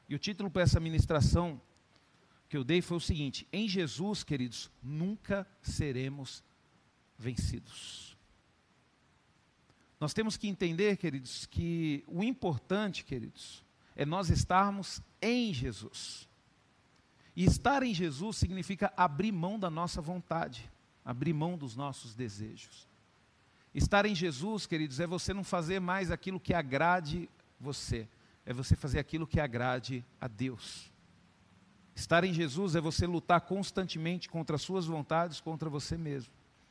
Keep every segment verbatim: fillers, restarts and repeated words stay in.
E o título para essa ministração que eu dei foi o seguinte: em Jesus, queridos, nunca seremos vencidos. Nós temos que entender, queridos, que o importante, queridos, é nós estarmos em Jesus. E estar em Jesus significa abrir mão da nossa vontade, abrir mão dos nossos desejos. Estar em Jesus, queridos, é você não fazer mais aquilo que agrade você, é você fazer aquilo que agrade a Deus. Estar em Jesus é você lutar constantemente contra as suas vontades, contra você mesmo.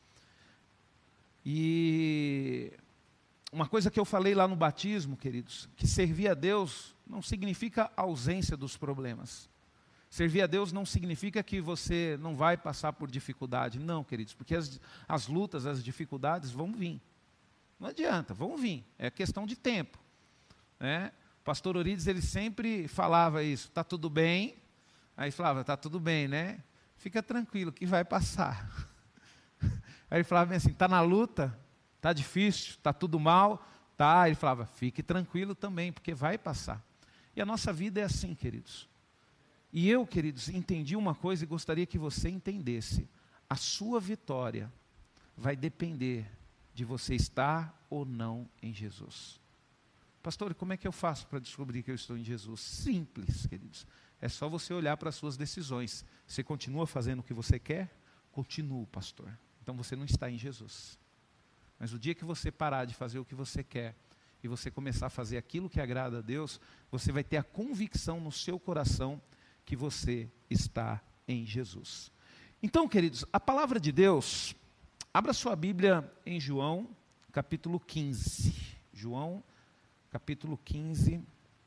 E uma coisa que eu falei lá no batismo, queridos, que servir a Deus não significa ausência dos problemas. Servir a Deus não significa que você não vai passar por dificuldade. Não, queridos, porque as, as lutas, as dificuldades vão vir. Não adianta, vão vir. É questão de tempo. Né? O pastor Orides, ele sempre falava isso: está tudo bem? Aí falava: está tudo bem, né? Fica tranquilo que vai passar. Aí ele falava assim: está na luta? Está difícil? Está tudo mal? Tá. Ele falava: fique tranquilo também, porque vai passar. E a nossa vida é assim, queridos. E eu, queridos, entendi uma coisa e gostaria que você entendesse: a sua vitória vai depender de você estar ou não em Jesus. Pastor, como é que eu faço para descobrir que eu estou em Jesus? Simples, queridos. É só você olhar para as suas decisões. Você continua fazendo o que você quer? Continua, pastor. Então você não está em Jesus. Mas o dia que você parar de fazer o que você quer e você começar a fazer aquilo que agrada a Deus, você vai ter a convicção no seu coração que você está em Jesus. Então, queridos, a palavra de Deus, abra sua Bíblia em João, capítulo quinze. João, capítulo quinze.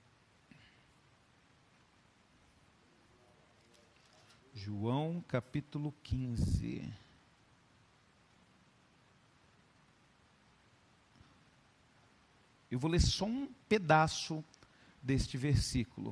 João, capítulo quinze. Eu vou ler só um pedaço deste versículo.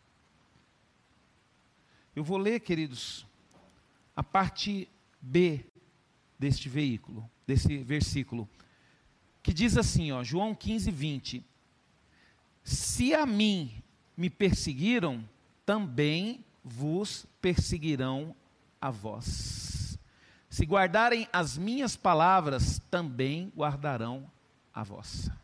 Eu vou ler, queridos, a parte B deste veículo, desse versículo, que diz assim, ó, João quinze, vinte. Se a mim me perseguiram, também vos perseguirão a vós. Se guardarem as minhas palavras, também guardarão a vossa.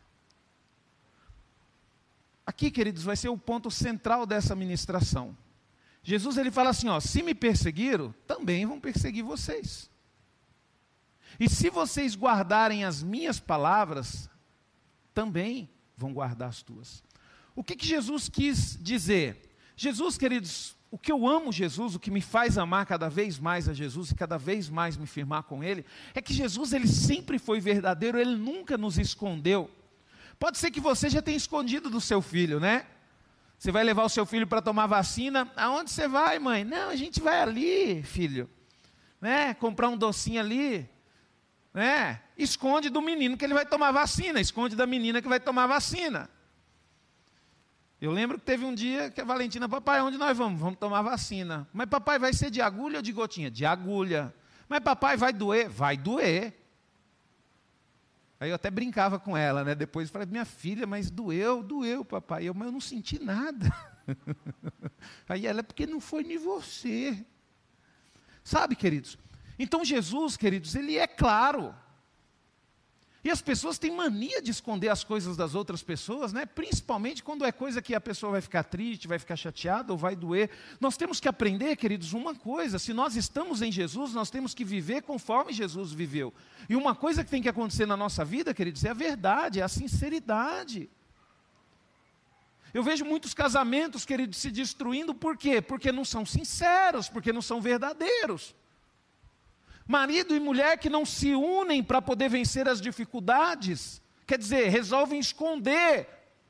Aqui, queridos, vai ser o ponto central dessa ministração. Jesus, ele fala assim, ó: se me perseguiram, também vão perseguir vocês. E se vocês guardarem as minhas palavras, também vão guardar as tuas. O que que Jesus quis dizer? Jesus, queridos, o que eu amo Jesus, o que me faz amar cada vez mais a Jesus e cada vez mais me firmar com Ele, é que Jesus, ele sempre foi verdadeiro, ele nunca nos escondeu. Pode ser que você já tenha escondido do seu filho, né? Você vai levar o seu filho para tomar vacina. Aonde você vai, mãe? Não, a gente vai ali, filho. Né? Comprar um docinho ali. Né? Esconde do menino que ele vai tomar vacina. Esconde da menina que vai tomar vacina. Eu lembro que teve um dia que a Valentina: papai, onde nós vamos? Vamos tomar vacina. Mas papai, vai ser de agulha ou de gotinha? De agulha. Mas papai, vai doer? Vai doer. Aí eu até brincava com ela, né? Depois eu falei: minha filha, mas doeu, doeu, papai. Eu, mas eu não senti nada. Aí ela: é porque não foi nem você. Sabe, queridos? Então Jesus, queridos, ele é claro. E as pessoas têm mania de esconder as coisas das outras pessoas, né? Principalmente quando é coisa que a pessoa vai ficar triste, vai ficar chateada ou vai doer. Nós temos que aprender, queridos, uma coisa: se nós estamos em Jesus, nós temos que viver conforme Jesus viveu. E uma coisa que tem que acontecer na nossa vida, queridos, é a verdade, é a sinceridade. Eu vejo muitos casamentos, queridos, se destruindo. Por quê? Porque não são sinceros, porque não são verdadeiros. Marido e mulher que não se unem para poder vencer as dificuldades, quer dizer, resolvem esconder.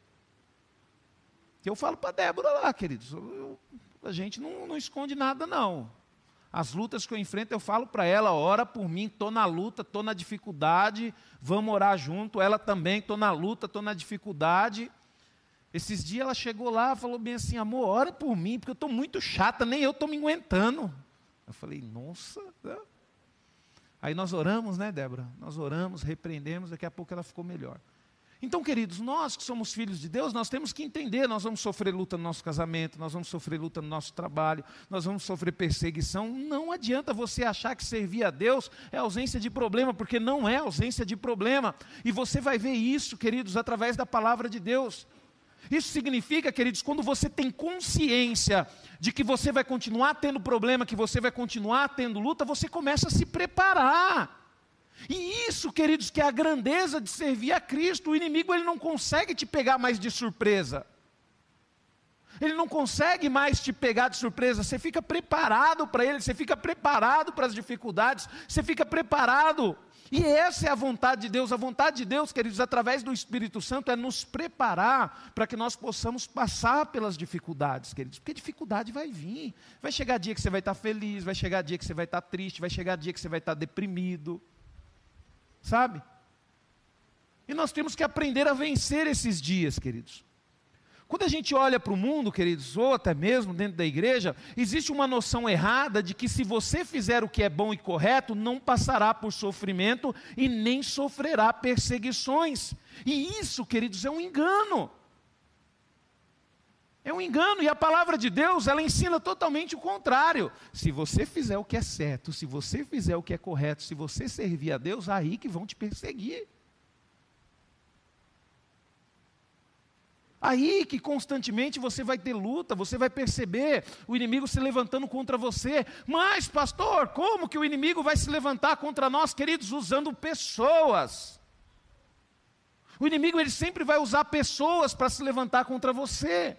Eu falo para a Débora lá, queridos, eu, a gente não, não esconde nada não. As lutas que eu enfrento, eu falo para ela: ora por mim, estou na luta, estou na dificuldade, vamos orar junto. Ela também: estou na luta, estou na dificuldade. Esses dias ela chegou lá e falou bem assim: amor, ora por mim, porque eu estou muito chata, nem eu estou me aguentando. Eu falei: nossa, né? Aí nós oramos, né, Débora? Nós oramos, repreendemos, daqui a pouco ela ficou melhor. Então, queridos, nós que somos filhos de Deus, nós temos que entender, nós vamos sofrer luta no nosso casamento, nós vamos sofrer luta no nosso trabalho, nós vamos sofrer perseguição. Não adianta você achar que servir a Deus é ausência de problema, porque não é ausência de problema. E você vai ver isso, queridos, através da palavra de Deus. Isso significa, queridos, quando você tem consciência de que você vai continuar tendo problema, que você vai continuar tendo luta, você começa a se preparar. E isso, queridos, que é a grandeza de servir a Cristo. O inimigo ele não consegue te pegar mais de surpresa. Ele não consegue mais te pegar de surpresa. Você fica preparado para ele, você fica preparado para as dificuldades, você fica preparado. E essa é a vontade de Deus. A vontade de Deus, queridos, através do Espírito Santo, é nos preparar para que nós possamos passar pelas dificuldades, queridos. Porque dificuldade vai vir. Vai chegar dia que você vai estar feliz, vai chegar dia que você vai estar triste, vai chegar dia que você vai estar deprimido. Sabe? E nós temos que aprender a vencer esses dias, queridos. Quando a gente olha para o mundo, queridos, ou até mesmo dentro da igreja, existe uma noção errada de que se você fizer o que é bom e correto, não passará por sofrimento e nem sofrerá perseguições. E isso, queridos, é um engano. É um engano, e a palavra de Deus, ela ensina totalmente o contrário. Se você fizer o que é certo, se você fizer o que é correto, se você servir a Deus, aí que vão te perseguir. Aí que constantemente você vai ter luta, você vai perceber o inimigo se levantando contra você. Mas, pastor, como que o inimigo vai se levantar contra nós, queridos? Usando pessoas. O inimigo ele sempre vai usar pessoas para se levantar contra você.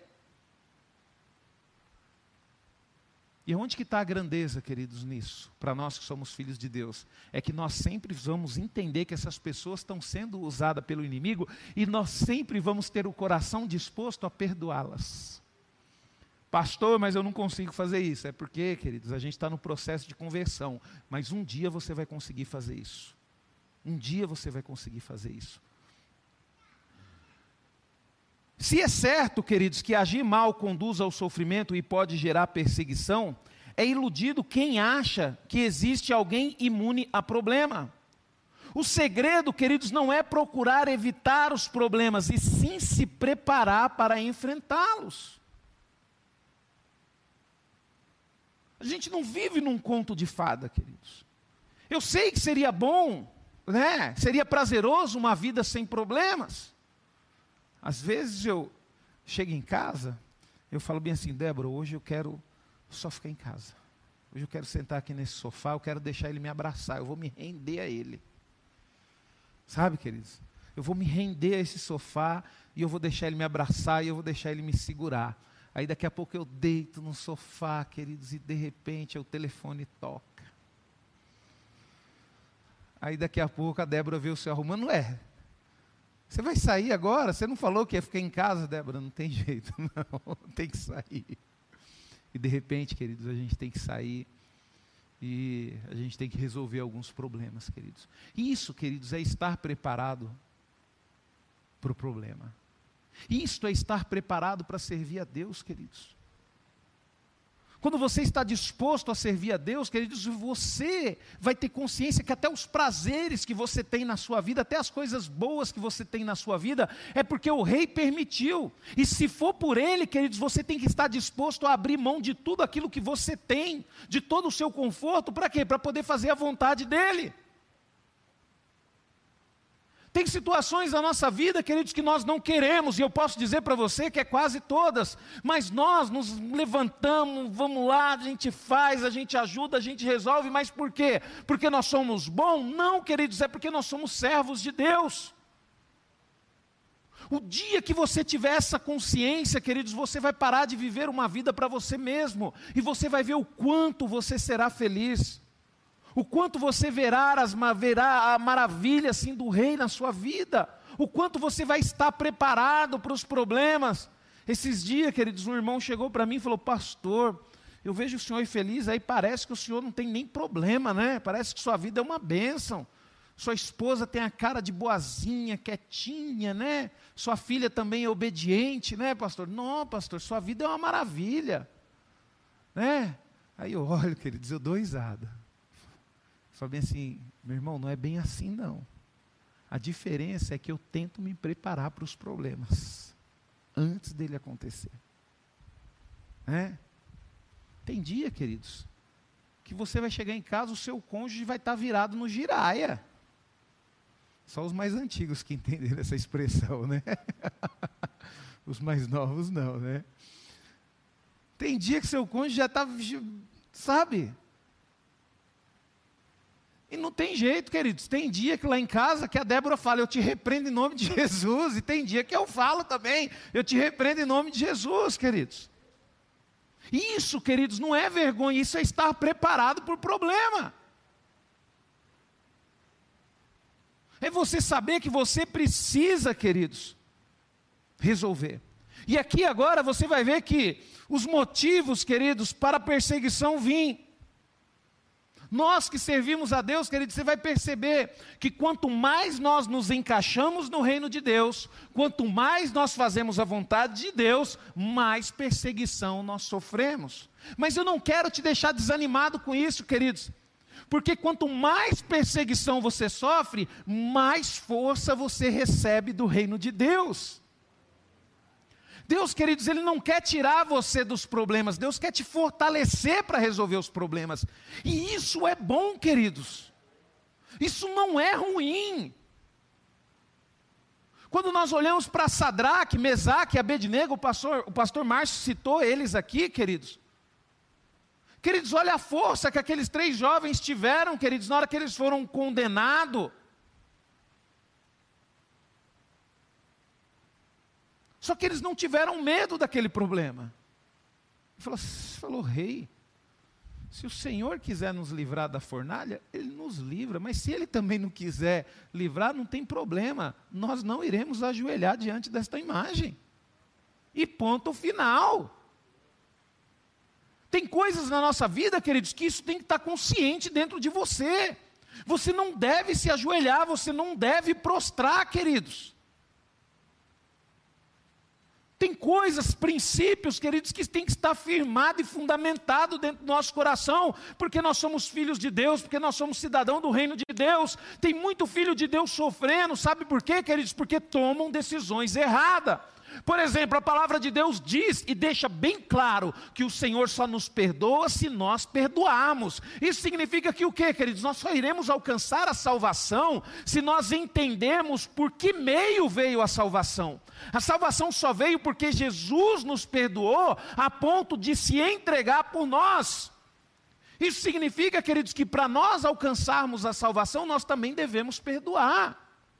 E onde que está a grandeza, queridos, nisso? Para nós que somos filhos de Deus, é que nós sempre vamos entender que essas pessoas estão sendo usadas pelo inimigo e nós sempre vamos ter o coração disposto a perdoá-las. Pastor, mas eu não consigo fazer isso. É porque, queridos, a gente está no processo de conversão, mas um dia você vai conseguir fazer isso. Um dia você vai conseguir fazer isso. Se é certo, queridos, que agir mal conduz ao sofrimento e pode gerar perseguição, é iludido quem acha que existe alguém imune a problema. O segredo, queridos, não é procurar evitar os problemas, e sim se preparar para enfrentá-los. A gente não vive num conto de fada, queridos. Eu sei que seria bom, né? Seria prazeroso uma vida sem problemas. Às vezes eu chego em casa, eu falo bem assim, Débora, hoje eu quero só ficar em casa. Hoje eu quero sentar aqui nesse sofá, eu quero deixar ele me abraçar, eu vou me render a ele. Sabe, queridos? Eu vou me render a esse sofá e eu vou deixar ele me abraçar e eu vou deixar ele me segurar. Aí daqui a pouco eu deito no sofá, queridos, e de repente o telefone toca. Aí daqui a pouco a Débora vê o seu arrumando, ué, você vai sair agora? Você não falou que ia ficar em casa, Débora? Não tem jeito, não, tem que sair. E de repente, queridos, a gente tem que sair e a gente tem que resolver alguns problemas, queridos. Isso, queridos, é estar preparado para o problema. Isto é estar preparado para servir a Deus, queridos. Quando você está disposto a servir a Deus, queridos, você vai ter consciência que até os prazeres que você tem na sua vida, até as coisas boas que você tem na sua vida, é porque o Rei permitiu. E se for por Ele, queridos, você tem que estar disposto a abrir mão de tudo aquilo que você tem, de todo o seu conforto, para quê? Para poder fazer a vontade dEle. Tem situações na nossa vida, queridos, que nós não queremos, e eu posso dizer para você que é quase todas, mas nós nos levantamos, vamos lá, a gente faz, a gente ajuda, a gente resolve, mas por quê? Porque nós somos bons? Não, queridos, é porque nós somos servos de Deus. O dia que você tiver essa consciência, queridos, você vai parar de viver uma vida para você mesmo, e você vai ver o quanto você será feliz. O quanto você verá, as, verá a maravilha assim, do Rei na sua vida. O quanto você vai estar preparado para os problemas. Esses dias, queridos, um irmão chegou para mim e falou, pastor, eu vejo o senhor feliz, aí parece que o senhor não tem nem problema, né? Parece que sua vida é uma bênção. Sua esposa tem a cara de boazinha, quietinha, né? Sua filha também é obediente, né, pastor? Não, pastor, sua vida é uma maravilha. Né? Aí eu olho, queridos, eu dou risada. Falo bem assim, meu irmão, não é bem assim não. A diferença é que eu tento me preparar para os problemas, antes dele acontecer. É? Tem dia, queridos, que você vai chegar em casa, o seu cônjuge vai estar virado no giraia. Só os mais antigos que entenderam essa expressão, né? Os mais novos não, né? Tem dia que seu cônjuge já está, sabe? E não tem jeito, queridos. Tem dia que lá em casa que a Débora fala, eu te repreendo em nome de Jesus. E tem dia que eu falo também, eu te repreendo em nome de Jesus, queridos. Isso, queridos, não é vergonha, isso é estar preparado para o problema. É você saber que você precisa, queridos, resolver. E aqui agora você vai ver que os motivos, queridos, para a perseguição vêm. Nós que servimos a Deus, queridos, você vai perceber que quanto mais nós nos encaixamos no reino de Deus, quanto mais nós fazemos a vontade de Deus, mais perseguição nós sofremos. Mas eu não quero te deixar desanimado com isso, queridos, porque quanto mais perseguição você sofre, mais força você recebe do reino de Deus. Deus, queridos, Ele não quer tirar você dos problemas, Deus quer te fortalecer para resolver os problemas. E isso é bom, queridos. Isso não é ruim. Quando nós olhamos para Sadraque, Mesaque e Abednego, o pastor, o pastor Márcio citou eles aqui, queridos. Queridos, olha a força que aqueles três jovens tiveram, queridos, na hora que eles foram condenados. Só que eles não tiveram medo daquele problema. Ele falou, falou, rei, se o Senhor quiser nos livrar da fornalha, Ele nos livra, mas se Ele também não quiser livrar, não tem problema, nós não iremos ajoelhar diante desta imagem. E ponto final. Tem coisas na nossa vida, queridos, que isso tem que estar consciente dentro de você. Você não deve se ajoelhar, você não deve prostrar, queridos. Tem coisas, princípios, queridos, que tem que estar firmado e fundamentado dentro do nosso coração, porque nós somos filhos de Deus, porque nós somos cidadão do reino de Deus. Tem muito filho de Deus sofrendo, sabe por quê, queridos? Porque tomam decisões erradas. Por exemplo, a palavra de Deus diz e deixa bem claro que o Senhor só nos perdoa se nós perdoarmos. Isso significa que o quê, queridos? Nós só iremos alcançar a salvação se nós entendermos por que meio veio a salvação. A salvação só veio porque Jesus nos perdoou a ponto de se entregar por nós. Isso significa, queridos, que para nós alcançarmos a salvação, nós também devemos perdoar.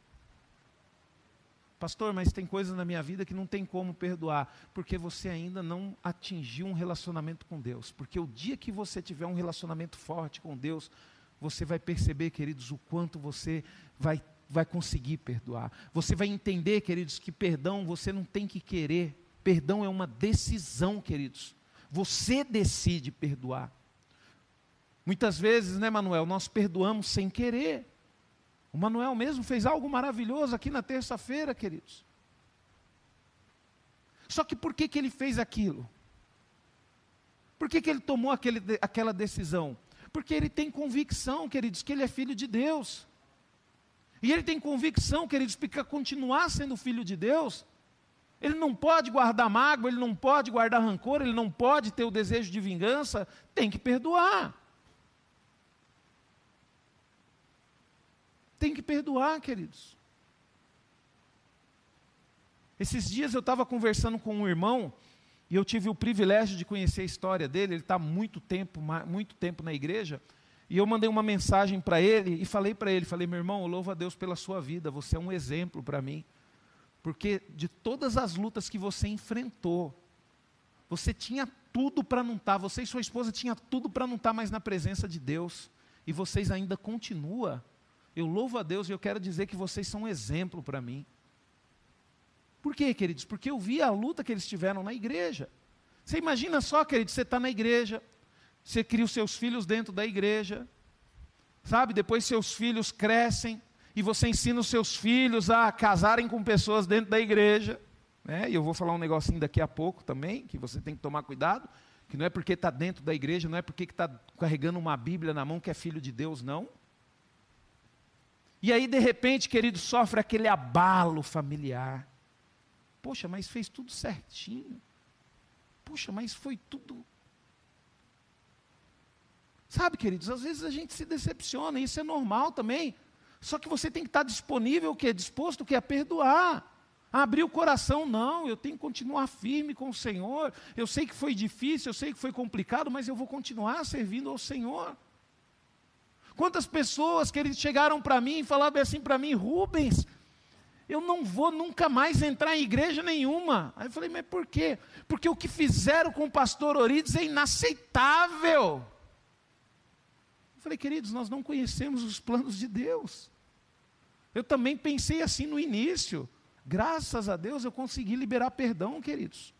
Pastor, mas tem coisas na minha vida que não tem como perdoar, porque você ainda não atingiu um relacionamento com Deus. Porque o dia que você tiver um relacionamento forte com Deus, você vai perceber, queridos, o quanto você vai, vai conseguir perdoar. Você vai entender, queridos, que perdão você não tem que querer. Perdão é uma decisão, queridos. Você decide perdoar. Muitas vezes, né, Manuel, nós perdoamos sem querer. O Manuel mesmo fez algo maravilhoso aqui na terça-feira, queridos. Só que por que, que ele fez aquilo? Por que, que ele tomou aquele, aquela decisão? Porque ele tem convicção, queridos, que ele é filho de Deus. E ele tem convicção, queridos, para continuar sendo filho de Deus, ele não pode guardar mágoa, ele não pode guardar rancor, ele não pode ter o desejo de vingança, tem que perdoar. Tem que perdoar, queridos. Esses dias eu estava conversando com um irmão, e eu tive o privilégio de conhecer a história dele, ele está há muito tempo, muito tempo na igreja, e eu mandei uma mensagem para ele, e falei para ele, falei, meu irmão, eu louvo a Deus pela sua vida, você é um exemplo para mim, porque de todas as lutas que você enfrentou, você tinha tudo para não estar, você e sua esposa tinham tudo para não estar mais na presença de Deus, e vocês ainda continuam. Eu louvo a Deus e eu quero dizer que vocês são um exemplo para mim. Por quê, queridos? Porque eu vi a luta que eles tiveram na igreja. Você imagina só, queridos, você está na igreja, você cria os seus filhos dentro da igreja, sabe? Depois seus filhos crescem e você ensina os seus filhos a casarem com pessoas dentro da igreja. Né? E eu vou falar um negocinho daqui a pouco também, que você tem que tomar cuidado, que não é porque está dentro da igreja, não é porque está carregando uma Bíblia na mão que é filho de Deus, não. E aí, de repente, querido, sofre aquele abalo familiar. Poxa, mas fez tudo certinho. Poxa, mas foi tudo... Sabe, queridos, às vezes a gente se decepciona, isso é normal também. Só que você tem que estar disponível, o quê? Disposto o quê? A perdoar. A abrir o coração, não, eu tenho que continuar firme com o Senhor. Eu sei que foi difícil, eu sei que foi complicado, mas eu vou continuar servindo ao Senhor. Quantas pessoas, queridos, chegaram para mim e falaram assim para mim, Rubens, eu não vou nunca mais entrar em igreja nenhuma. Aí eu falei, mas por quê? Porque o que fizeram com o pastor Orides é inaceitável. Eu falei, queridos, nós não conhecemos os planos de Deus. Eu também pensei assim no início. Graças a Deus eu consegui liberar perdão, queridos.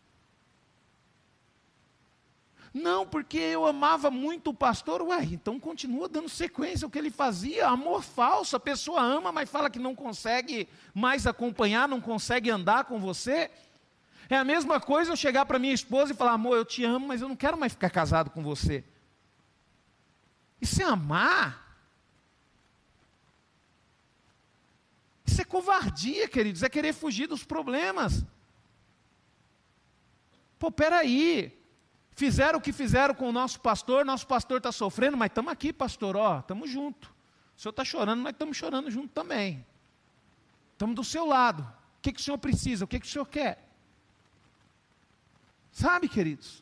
Não, porque eu amava muito o pastor. Ué, então continua dando sequência ao que ele fazia. Amor falso, a pessoa ama, mas fala que não consegue mais acompanhar, não consegue andar com você. É a mesma coisa eu chegar para minha esposa e falar, amor, eu te amo, mas eu não quero mais ficar casado com você. Isso é amar? Isso é covardia, queridos, é querer fugir dos problemas. Pô, peraí. Fizeram o que fizeram com o nosso pastor, nosso pastor está sofrendo, mas estamos aqui, pastor, ó, estamos juntos. O senhor está chorando, mas estamos chorando junto também. Estamos do seu lado. O que, que o senhor precisa? O que, que o senhor quer? Sabe, queridos?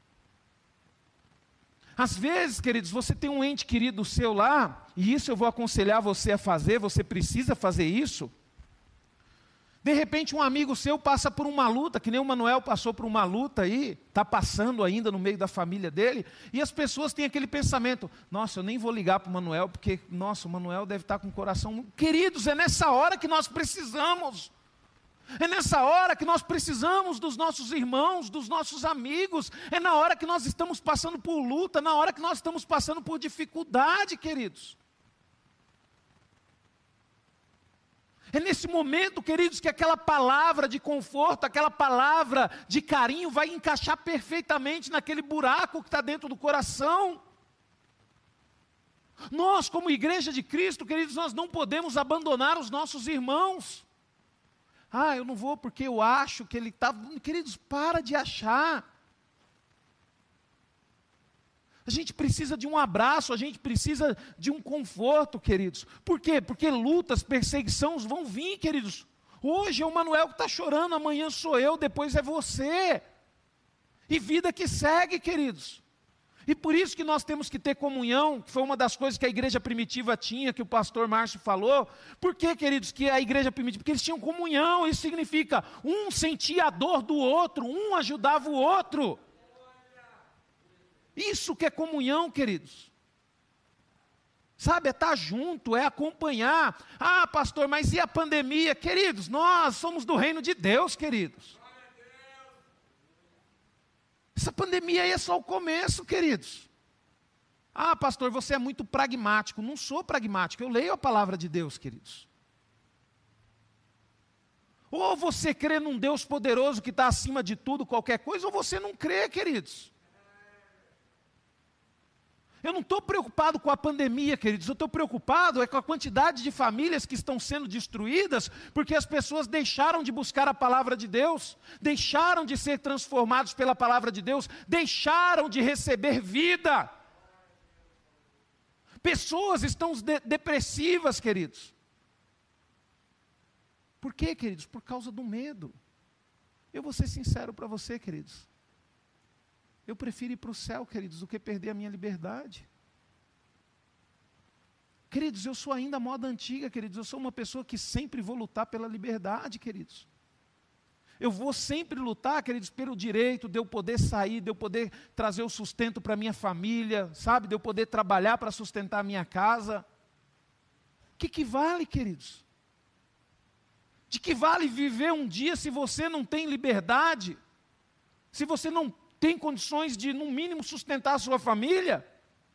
Às vezes, queridos, você tem um ente querido seu lá, e isso eu vou aconselhar você a fazer, você precisa fazer isso. De repente um amigo seu passa por uma luta, que nem o Manuel passou por uma luta aí, está passando ainda no meio da família dele, e as pessoas têm aquele pensamento, nossa, eu nem vou ligar para o Manuel, porque, nossa, o Manuel deve estar com o coração... Queridos, é nessa hora que nós precisamos, é nessa hora que nós precisamos dos nossos irmãos, dos nossos amigos, é na hora que nós estamos passando por luta, na hora que nós estamos passando por dificuldade, queridos. É nesse momento, queridos, que aquela palavra de conforto, aquela palavra de carinho vai encaixar perfeitamente naquele buraco que está dentro do coração. Nós, como igreja de Cristo, queridos, nós não podemos abandonar os nossos irmãos. Ah, eu não vou porque eu acho que ele está... Queridos, para de achar. A gente precisa de um abraço, a gente precisa de um conforto, queridos. Por quê? Porque lutas, perseguições vão vir, queridos. Hoje é o Manuel que está chorando, amanhã sou eu, depois é você. E vida que segue, queridos. E por isso que nós temos que ter comunhão, que foi uma das coisas que a igreja primitiva tinha, que o pastor Márcio falou. Por que, queridos, que a igreja primitiva? Porque eles tinham comunhão, isso significa um sentia a dor do outro, um ajudava o outro. Isso que é comunhão, queridos. Sabe, é estar junto, é acompanhar. Ah, pastor, mas e a pandemia? Queridos, nós somos do reino de Deus, queridos. Essa pandemia aí é só o começo, queridos. Ah, pastor, você é muito pragmático. Não sou pragmático, eu leio a palavra de Deus, queridos. Ou você crê num Deus poderoso que está acima de tudo, qualquer coisa, ou você não crê, queridos. Eu não estou preocupado com a pandemia, queridos, eu estou preocupado é com a quantidade de famílias que estão sendo destruídas, porque as pessoas deixaram de buscar a palavra de Deus, deixaram de ser transformados pela palavra de Deus, deixaram de receber vida. Pessoas estão de- depressivas, queridos. Por quê, queridos? Por causa do medo. Eu vou ser sincero para você, queridos. Eu prefiro ir para o céu, queridos, do que perder a minha liberdade. Queridos, eu sou ainda a moda antiga, queridos. Eu sou uma pessoa que sempre vou lutar pela liberdade, queridos. Eu vou sempre lutar, queridos, pelo direito de eu poder sair, de eu poder trazer o sustento para a minha família, sabe? De eu poder trabalhar para sustentar a minha casa. O que que vale, queridos? De que vale viver um dia se você não tem liberdade? Se você não tem condições de, no mínimo, sustentar a sua família?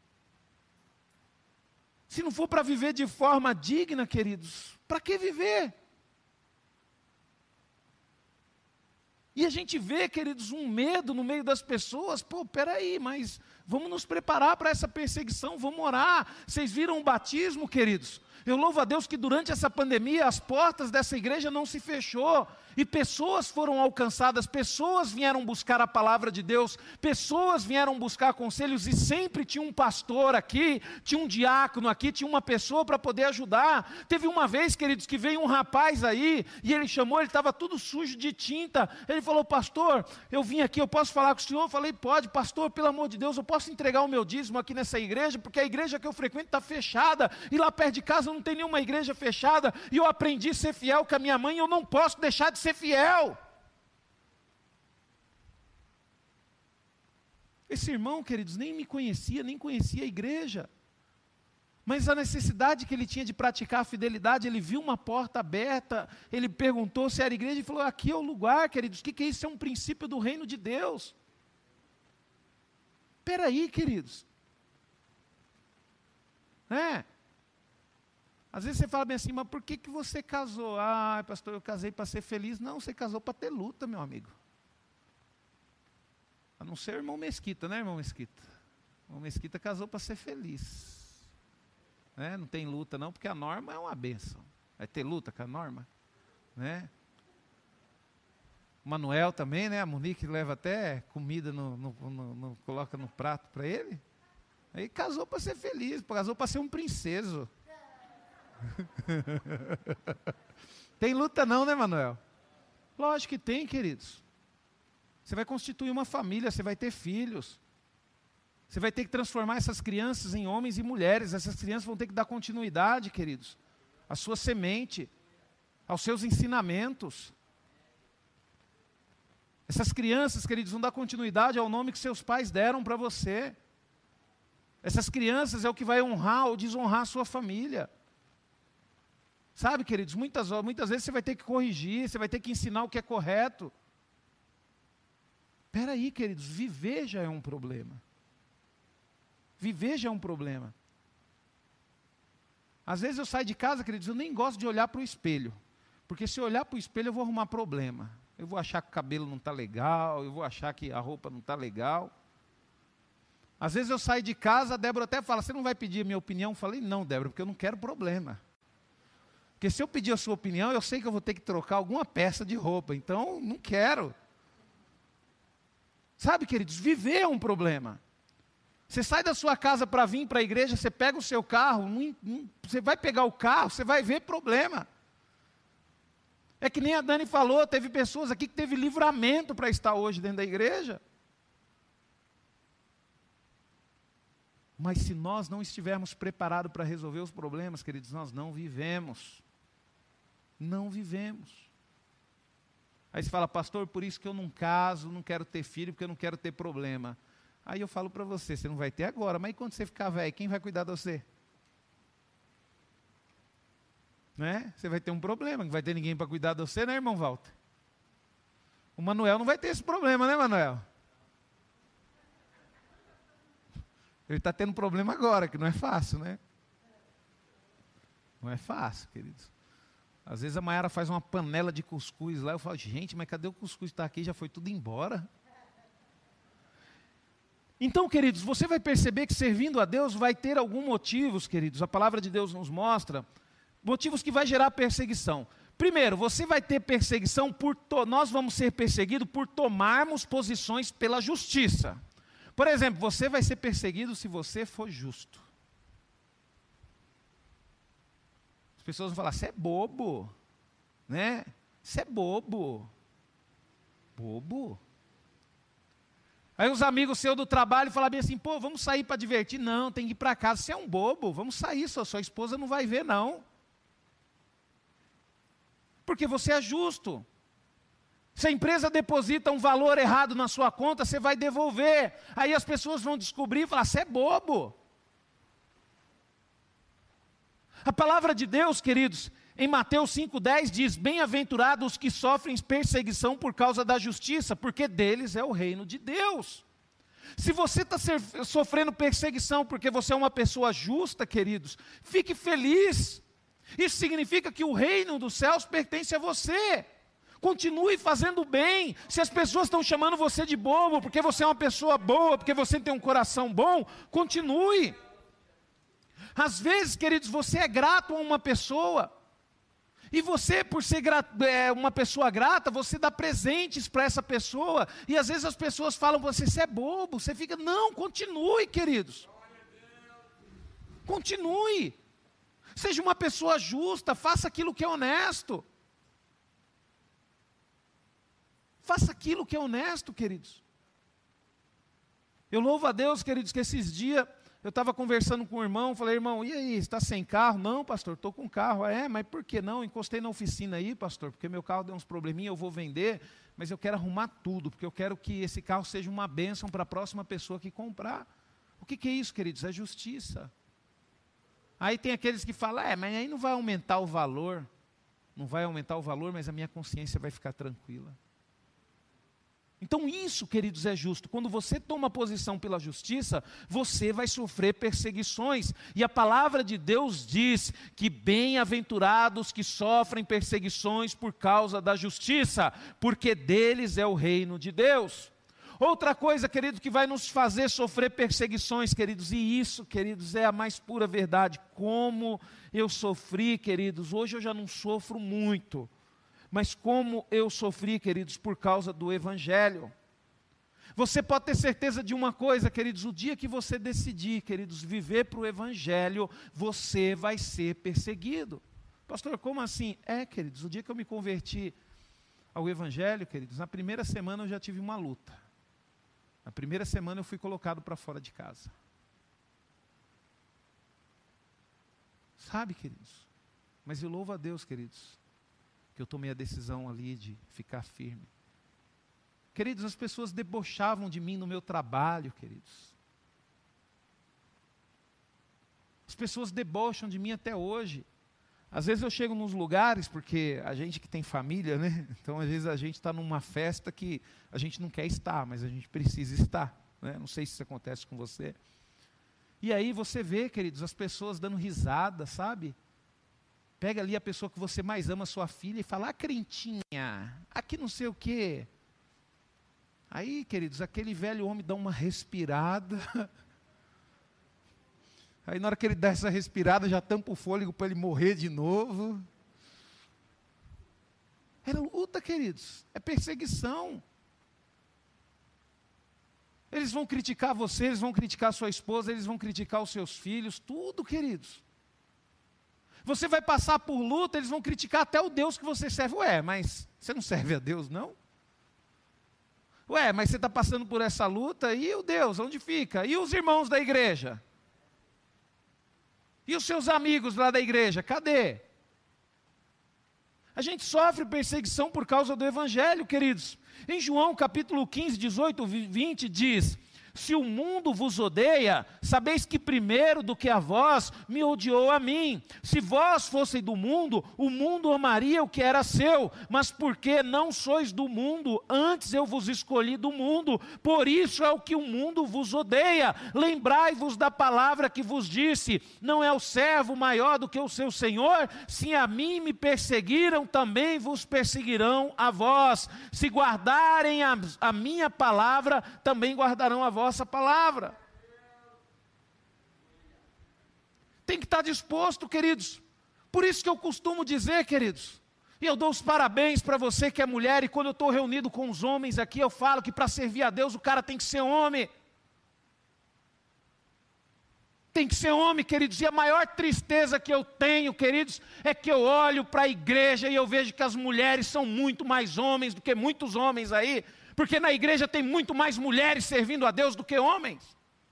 Se não for para viver de forma digna, queridos, para que viver? E a gente vê, queridos, um medo no meio das pessoas. Pô, peraí, mas vamos nos preparar para essa perseguição, vamos orar. Vocês viram o batismo, queridos? Eu louvo a Deus que durante essa pandemia as portas dessa igreja não se fechou. E pessoas foram alcançadas, pessoas vieram buscar a palavra de Deus, pessoas vieram buscar conselhos, e sempre tinha um pastor aqui, tinha um diácono aqui, tinha uma pessoa para poder ajudar. Teve uma vez, queridos, que veio um rapaz aí, e ele chamou, ele estava tudo sujo de tinta. Ele falou: pastor, eu vim aqui, eu posso falar com o senhor? Eu falei: pode. Pastor, pelo amor de Deus, eu posso entregar o meu dízimo aqui nessa igreja, porque a igreja que eu frequento está fechada, e lá perto de casa não tem nenhuma igreja fechada, e eu aprendi a ser fiel com a minha mãe, e eu não posso deixar de ser fiel. Esse irmão, queridos, nem me conhecia, nem conhecia a igreja, mas a necessidade que ele tinha de praticar a fidelidade, ele viu uma porta aberta, ele perguntou se era igreja, e falou: aqui é o lugar, queridos. O que, que é isso? É um princípio do reino de Deus. Espera aí, queridos, é, às vezes você fala bem assim: mas por que, que você casou? Ah, pastor, eu casei para ser feliz. Não, você casou para ter luta, meu amigo. A não ser o irmão Mesquita, né, irmão Mesquita? O irmão Mesquita casou para ser feliz. Né? Não tem luta não, porque a norma é uma bênção. Vai ter luta com a norma? Né? O Manuel também, né? A Monique leva até comida, no, no, no, no, coloca no prato para ele. Aí casou para ser feliz, casou para ser um princeso. Tem luta não, né, Manuel? Lógico que tem, queridos. Você vai constituir uma família, você vai ter filhos. Você vai ter que transformar essas crianças em homens e mulheres. Essas crianças vão ter que dar continuidade, queridos, à sua semente, aos seus ensinamentos. Essas crianças, queridos, vão dar continuidade ao nome que seus pais deram para você. Essas crianças é o que vai honrar ou desonrar a sua família. Sabe, queridos, muitas, muitas vezes você vai ter que corrigir, você vai ter que ensinar o que é correto. Espera aí, queridos, viver já é um problema. Viver já é um problema. Às vezes eu saio de casa, queridos, eu nem gosto de olhar para o espelho. Porque se eu olhar para o espelho eu vou arrumar problema. Eu vou achar que o cabelo não está legal, eu vou achar que a roupa não está legal. Às vezes eu saio de casa, a Débora até fala: você não vai pedir a minha opinião? Eu falei: não, Débora, porque eu não quero problema. Porque se eu pedir a sua opinião, eu sei que eu vou ter que trocar alguma peça de roupa, então não quero. Sabe, queridos, viver é um problema. Você sai da sua casa para vir para a igreja, você pega o seu carro, não, não, você vai pegar o carro, você vai ver problema. É que nem a Dani falou, teve pessoas aqui que teve livramento para estar hoje dentro da igreja. Mas se nós não estivermos preparados para resolver os problemas, queridos, nós não vivemos. Não vivemos. Aí você fala: pastor, por isso que eu não caso, não quero ter filho, porque eu não quero ter problema. Aí eu falo para você: você não vai ter agora, mas e quando você ficar velho, quem vai cuidar de você? Né? Você vai ter um problema, não vai ter ninguém para cuidar de você, né, irmão Walter? O Manuel não vai ter esse problema, né, Manuel? Ele está tendo problema agora, que não é fácil, né? Não é fácil, queridos. Às vezes a Maiara faz uma panela de cuscuz lá, eu falo: gente, mas cadê o cuscuz? Está aqui, já foi tudo embora. Então, queridos, você vai perceber que servindo a Deus vai ter alguns motivos, queridos. A palavra de Deus nos mostra motivos que vai gerar perseguição. Primeiro, você vai ter perseguição por to- nós vamos ser perseguidos por tomarmos posições pela justiça. Por exemplo, você vai ser perseguido se você for justo. As pessoas vão falar: você é bobo, né? Você é bobo. Bobo? Aí os amigos seus do trabalho falam bem assim: pô, vamos sair para divertir. Não, tem que ir para casa. Você é um bobo, vamos sair, sua, sua esposa não vai ver não. Porque você é justo. Se a empresa deposita um valor errado na sua conta, você vai devolver. Aí as pessoas vão descobrir e falar: você é bobo. A palavra de Deus, queridos, em Mateus cinco, dez diz: bem-aventurados os que sofrem perseguição por causa da justiça, porque deles é o reino de Deus. Se você está sofrendo perseguição porque você é uma pessoa justa, queridos, fique feliz. Isso significa que o reino dos céus pertence a você. Continue fazendo bem. Se as pessoas estão chamando você de bobo, porque você é uma pessoa boa, porque você tem um coração bom, continue. Às vezes, queridos, você é grato a uma pessoa, e você, por ser grato, é, uma pessoa grata, você dá presentes para essa pessoa, e às vezes as pessoas falam para você, você é bobo, você fica, não, continue, queridos. Continue. Seja uma pessoa justa, faça aquilo que é honesto. Faça aquilo que é honesto, queridos. Eu louvo a Deus, queridos, que esses dias eu estava conversando com o irmão, falei, irmão, e aí, está sem carro? Não, pastor, estou com carro. Ah, é, mas por que não? Encostei na oficina aí, pastor, porque meu carro deu uns probleminhas, eu vou vender, mas eu quero arrumar tudo, porque eu quero que esse carro seja uma bênção para a próxima pessoa que comprar. O que, que é isso, queridos? É justiça. Aí tem aqueles que falam, é, mas aí não vai aumentar o valor. Não vai aumentar o valor, mas a minha consciência vai ficar tranquila. Então isso, queridos, é justo. Quando você toma posição pela justiça, você vai sofrer perseguições. E a palavra de Deus diz que bem-aventurados que sofrem perseguições por causa da justiça, porque deles é o reino de Deus. Outra coisa, querido, que vai nos fazer sofrer perseguições, queridos, e isso, queridos, é a mais pura verdade. Como eu sofri, queridos, hoje eu já não sofro muito. Mas como eu sofri, queridos, por causa do Evangelho. Você pode ter certeza de uma coisa, queridos, o dia que você decidir, queridos, viver para o Evangelho, você vai ser perseguido. Pastor, como assim? É, queridos, o dia que eu me converti ao Evangelho, queridos, na primeira semana eu já tive uma luta. Na primeira semana eu fui colocado para fora de casa. Sabe, queridos? Mas eu louvo a Deus, queridos, que eu tomei a decisão ali de ficar firme. Queridos, as pessoas debochavam de mim no meu trabalho, queridos. As pessoas debocham de mim até hoje. Às vezes eu chego nos lugares, porque a gente que tem família, né? Então às vezes a gente está numa festa que a gente não quer estar, mas a gente precisa estar, né? Não sei se isso acontece com você. E aí você vê, queridos, as pessoas dando risada, sabe? Pega ali a pessoa que você mais ama, sua filha, e fala, ah, crentinha, aqui não sei o quê. Aí, queridos, aquele velho homem dá uma respirada. Aí na hora que ele dá essa respirada, já tampa o fôlego para ele morrer de novo. É luta, queridos, é perseguição. Eles vão criticar você, eles vão criticar sua esposa, eles vão criticar os seus filhos, tudo, queridos. Você vai passar por luta, eles vão criticar até o Deus que você serve. Ué, mas você não serve a Deus, não? Ué, mas você está passando por essa luta, e o Deus, onde fica? E os irmãos da igreja? E os seus amigos lá da igreja, cadê? A gente sofre perseguição por causa do Evangelho, queridos. Em João capítulo quinze, dezoito, vinte diz, se o mundo vos odeia, sabeis que primeiro do que a vós, me odiou a mim. Se vós fosseis do mundo, o mundo amaria o que era seu, mas porque não sois do mundo, antes eu vos escolhi do mundo, por isso é o que o mundo vos odeia. Lembrai-vos da palavra que vos disse, não é o servo maior do que o seu senhor? Se a mim me perseguiram, também vos perseguirão a vós. Se guardarem a, a minha palavra, também guardarão a vossa palavra. Tem que estar disposto, queridos. Por isso que eu costumo dizer, queridos, e eu dou os parabéns para você que é mulher, e quando eu estou reunido com os homens aqui, eu falo que para servir a Deus o cara tem que ser homem. Tem que ser homem, queridos, e a maior tristeza que eu tenho, queridos, é que eu olho para a igreja e eu vejo que as mulheres são muito mais homens do que muitos homens aí, porque na igreja tem muito mais mulheres servindo a Deus do que homens.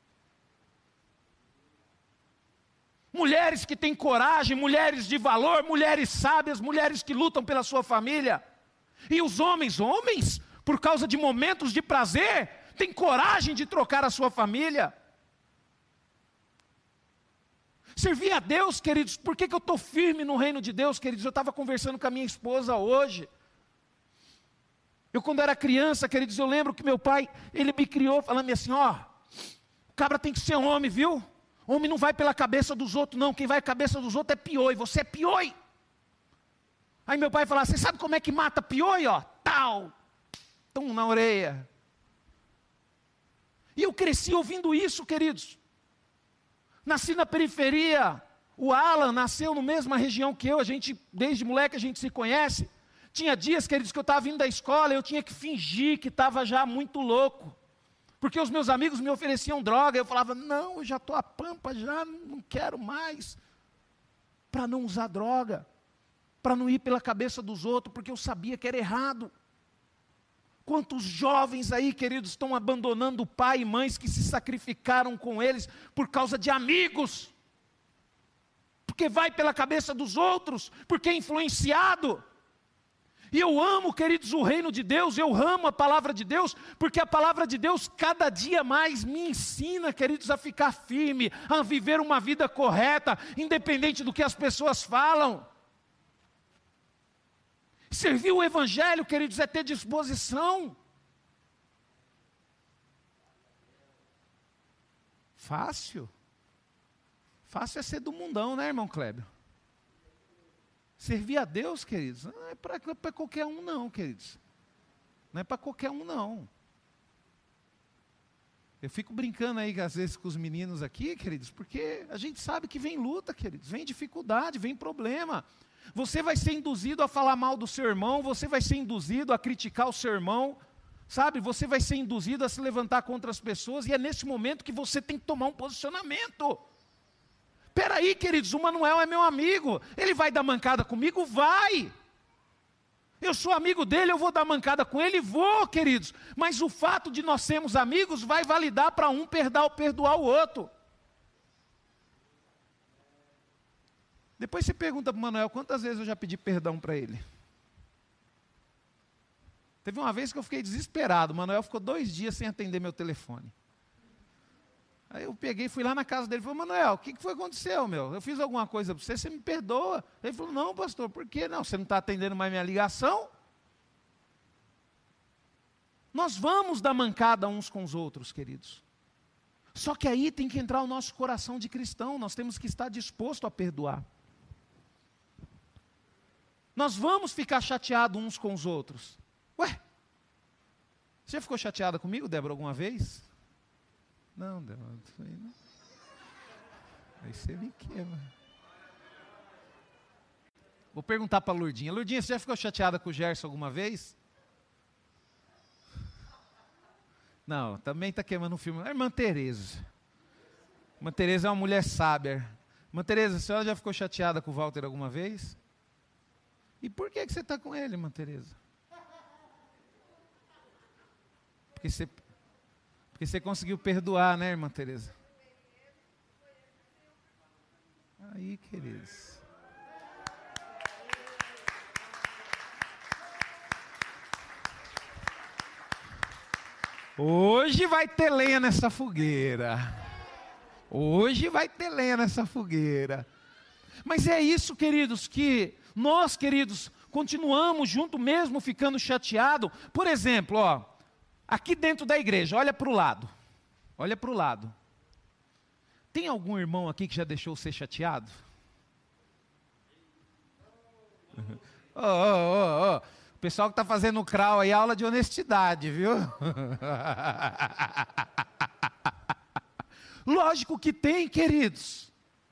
Mulheres que têm coragem, mulheres de valor, mulheres sábias, mulheres que lutam pela sua família. E os homens, homens, por causa de momentos de prazer, têm coragem de trocar a sua família. Servir a Deus, queridos, por que que eu estou firme no reino de Deus, queridos? Eu estava conversando com a minha esposa hoje. Eu quando era criança, queridos, eu lembro que meu pai, ele me criou falando assim, ó, o cabra tem que ser homem, viu? Homem não vai pela cabeça dos outros não, quem vai pela cabeça dos outros é pioi, você é pioi. Aí meu pai falava, você sabe como é que mata piolho? Ó, tal, tum na orelha. E eu cresci ouvindo isso, queridos. Nasci na periferia, o Alan nasceu na mesma região que eu, a gente, desde moleque a gente se conhece. Tinha dias, queridos, que eu estava vindo da escola, eu tinha que fingir que estava já muito louco. Porque os meus amigos me ofereciam droga, eu falava, não, eu já estou a pampa, já não quero mais. Para não usar droga, para não ir pela cabeça dos outros, porque eu sabia que era errado. Quantos jovens aí, queridos, estão abandonando pai e mães que se sacrificaram com eles por causa de amigos. Porque vai pela cabeça dos outros, porque é influenciado. E eu amo, queridos, o reino de Deus, eu amo a palavra de Deus, porque a palavra de Deus cada dia mais me ensina, queridos, a ficar firme, a viver uma vida correta, independente do que as pessoas falam. Servir o evangelho, queridos, é ter disposição. Fácil. Fácil é ser do mundão, né, irmão Clébio? Servir a Deus, queridos, não é para qualquer um não, queridos. Não é para qualquer um não. Eu fico brincando aí, às vezes, com os meninos aqui, queridos, porque a gente sabe que vem luta, queridos, vem dificuldade, vem problema. Você vai ser induzido a falar mal do seu irmão, você vai ser induzido a criticar o seu irmão, sabe? Você vai ser induzido a se levantar contra as pessoas, e é nesse momento que você tem que tomar um posicionamento. Espera aí, queridos, o Manuel é meu amigo, ele vai dar mancada comigo? Vai! Eu sou amigo dele, eu vou dar mancada com ele? Vou, queridos. Mas o fato de nós sermos amigos vai validar para um perdoar, perdoar o outro. Depois você pergunta para o Manuel, quantas vezes eu já pedi perdão para ele? Teve uma vez que eu fiquei desesperado, o Manuel ficou dois dias sem atender meu telefone. Aí eu peguei, fui lá na casa dele e falei, Manuel, o que, que foi que aconteceu, meu? Eu fiz alguma coisa para você, você me perdoa. Ele falou, não, pastor, por quê? Não, você não está atendendo mais minha ligação? Nós vamos dar mancada uns com os outros, queridos. Só que aí tem que entrar o nosso coração de cristão, nós temos que estar disposto a perdoar. Nós vamos ficar chateados uns com os outros. Ué, você já ficou chateada comigo, Débora, alguma vez? Não, Débora, isso aí não. Aí você me queima. Vou perguntar para a Lourdinha. Lourdinha, você já ficou chateada com o Gerson alguma vez? Não, também está queimando o filme. A irmã Tereza. Irmã Tereza é uma mulher sábia. Irmã Tereza, a senhora já ficou chateada com o Walter alguma vez? E por que, que você está com ele, irmã Tereza? Porque você, porque você conseguiu perdoar, né, irmã Tereza? Aí, queridos. Hoje vai ter lenha nessa fogueira. Hoje vai ter lenha nessa fogueira. Mas é isso, queridos, que nós, queridos, continuamos junto mesmo ficando chateado. Por exemplo, ó, aqui dentro da igreja, olha para o lado. Olha para o lado. Tem algum irmão aqui que já deixou ser chateado? Ô, ô, ô, ô. O pessoal que está fazendo o crawl aí, aula de honestidade, viu? Lógico que tem, queridos.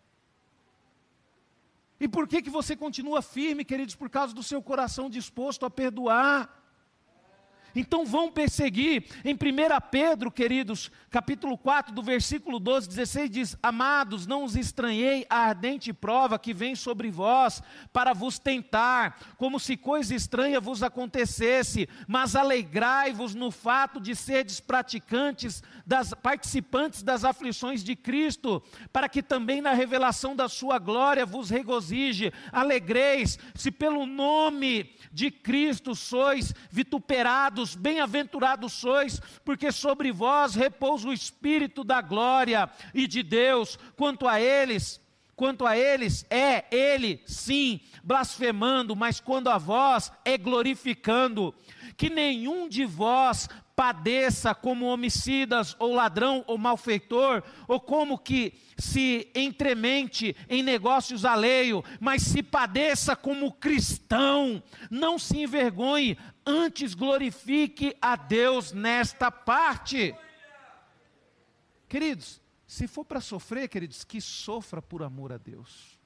E por que que você continua firme, queridos? Por causa do seu coração disposto a perdoar. Então vão perseguir. Em primeira Pedro, queridos, capítulo quatro, do versículo doze, dezesseis, diz: amados, não os estranhei a ardente prova que vem sobre vós, para vos tentar, como se coisa estranha vos acontecesse, mas alegrai-vos no fato de serdes praticantes, das, participantes das aflições de Cristo, para que também na revelação da sua glória vos regozije. Alegreis, se pelo nome de Cristo sois vituperados, bem-aventurados sois, porque sobre vós repousa o Espírito da glória e de Deus. Quanto a eles, quanto a eles, é ele, sim, blasfemando, mas quando a vós, é glorificando. Que nenhum de vós padeça como homicidas, ou ladrão, ou malfeitor, ou como que se entremente em negócios alheios, mas se padeça como cristão, não se envergonhe, antes glorifique a Deus nesta parte. Queridos, se for para sofrer, queridos, que sofra por amor a Deus.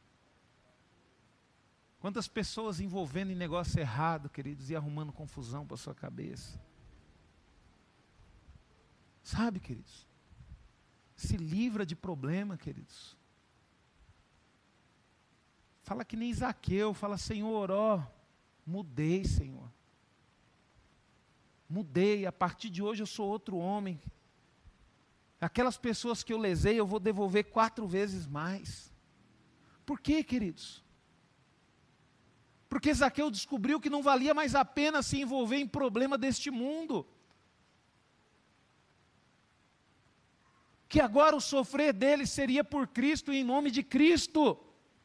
Quantas pessoas envolvendo em negócio errado, queridos, e arrumando confusão para sua cabeça. Sabe, queridos? Se livra de problema, queridos. Fala que nem Zaqueu, fala, Senhor, ó, mudei, Senhor. Mudei, a partir de hoje eu sou outro homem. Aquelas pessoas que eu lesei, eu vou devolver quatro vezes mais. Por quê, queridos? Porque Zaqueu descobriu que não valia mais a pena se envolver em problema deste mundo. Que agora o sofrer dele seria por Cristo e em nome de Cristo.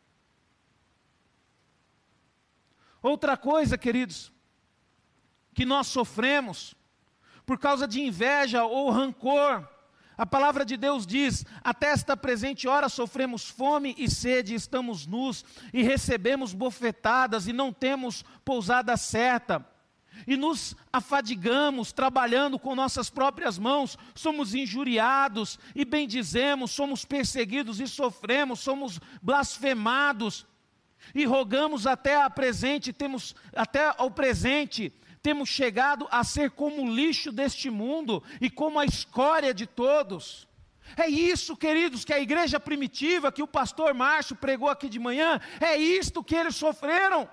Outra coisa, queridos, que nós sofremos por causa de inveja ou rancor. A palavra de Deus diz, até esta presente hora sofremos fome e sede, estamos nus e recebemos bofetadas e não temos pousada certa. E nos afadigamos, trabalhando com nossas próprias mãos, somos injuriados e bendizemos, somos perseguidos e sofremos, somos blasfemados. E rogamos até a presente, temos até ao presente, temos chegado a ser como o lixo deste mundo e como a escória de todos. É isso, queridos, que a igreja primitiva, que o pastor Márcio pregou aqui de manhã, é isto que eles sofreram.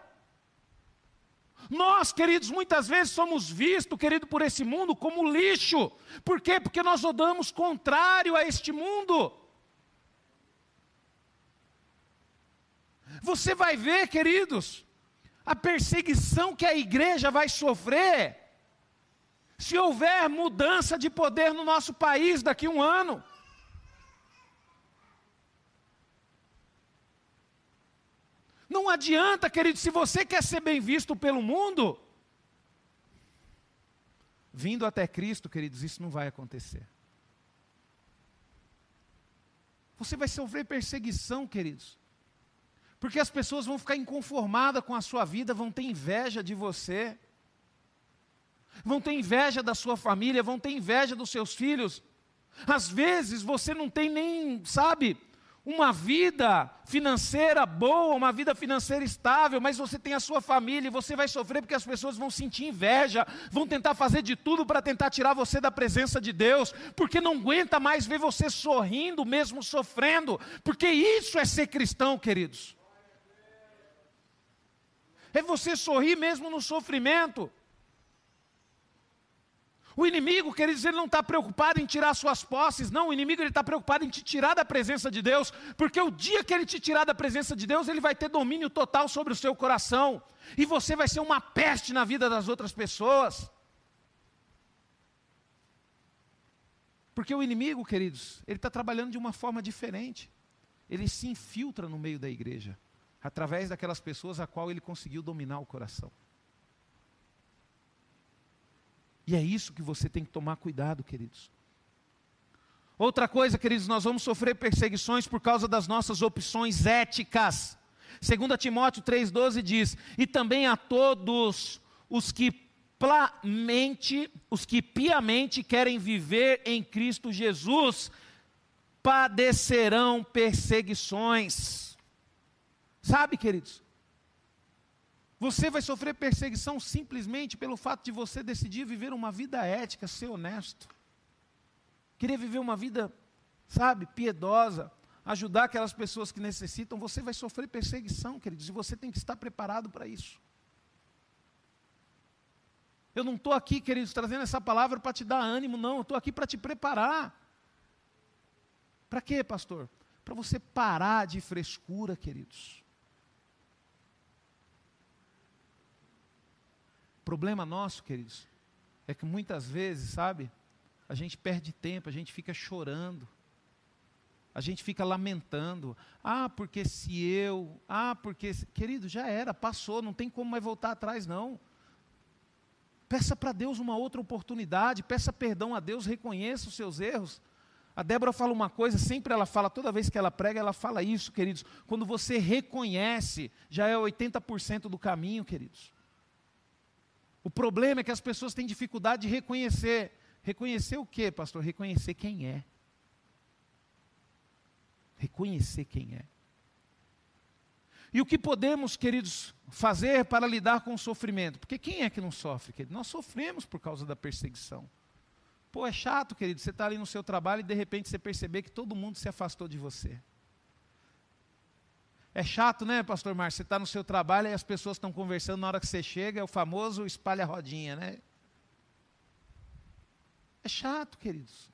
Nós, queridos, muitas vezes somos vistos, querido, por esse mundo como lixo. Por quê? Porque nós rodamos contrário a este mundo. Você vai ver, queridos, a perseguição que a igreja vai sofrer, se houver mudança de poder no nosso país daqui a um ano. Não adianta, querido, se você quer ser bem visto pelo mundo, vindo até Cristo, queridos, isso não vai acontecer. Você vai sofrer perseguição, queridos, porque as pessoas vão ficar inconformadas com a sua vida, vão ter inveja de você, vão ter inveja da sua família, vão ter inveja dos seus filhos. Às vezes você não tem nem, sabe, uma vida financeira boa, uma vida financeira estável, mas você tem a sua família e você vai sofrer porque as pessoas vão sentir inveja, vão tentar fazer de tudo para tentar tirar você da presença de Deus, porque não aguenta mais ver você sorrindo, mesmo sofrendo, porque isso é ser cristão, queridos. É você sorrir mesmo no sofrimento. O inimigo, queridos, ele não está preocupado em tirar suas posses, não, o inimigo ele está preocupado em te tirar da presença de Deus, porque o dia que ele te tirar da presença de Deus, ele vai ter domínio total sobre o seu coração, e você vai ser uma peste na vida das outras pessoas. Porque o inimigo, queridos, ele está trabalhando de uma forma diferente, ele se infiltra no meio da igreja, através daquelas pessoas a qual ele conseguiu dominar o coração. E é isso que você tem que tomar cuidado, queridos. Outra coisa, queridos, nós vamos sofrer perseguições por causa das nossas opções éticas. Segundo Timóteo três doze diz, e também a todos os que plamente, os que piamente querem viver em Cristo Jesus, padecerão perseguições. Sabe, queridos? Você vai sofrer perseguição simplesmente pelo fato de você decidir viver uma vida ética, ser honesto. Querer viver uma vida, sabe, piedosa, ajudar aquelas pessoas que necessitam, você vai sofrer perseguição, queridos, e você tem que estar preparado para isso. Eu não estou aqui, queridos, trazendo essa palavra para te dar ânimo, não, eu estou aqui para te preparar. Para quê, pastor? Para você parar de frescura, queridos. O problema nosso, queridos, é que muitas vezes, sabe, a gente perde tempo, a gente fica chorando, a gente fica lamentando, ah, porque se eu, ah, porque, se... querido, já era, passou, não tem como mais voltar atrás não. Peça para Deus uma outra oportunidade, peça perdão a Deus, reconheça os seus erros. A Débora fala uma coisa, sempre ela fala, toda vez que ela prega, ela fala isso, queridos. Quando você reconhece, já é oitenta por cento do caminho, queridos. O problema é que as pessoas têm dificuldade de reconhecer. Reconhecer o quê, pastor? Reconhecer quem é. Reconhecer quem é. E o que podemos, queridos, fazer para lidar com o sofrimento? Porque quem é que não sofre, querido? Nós sofremos por causa da perseguição. Pô, é chato, querido, você está ali no seu trabalho e de repente você perceber que todo mundo se afastou de você. É chato, né, pastor Márcio? Você está no seu trabalho e as pessoas estão conversando na hora que você chega, é o famoso espalha rodinha, né? É chato, queridos.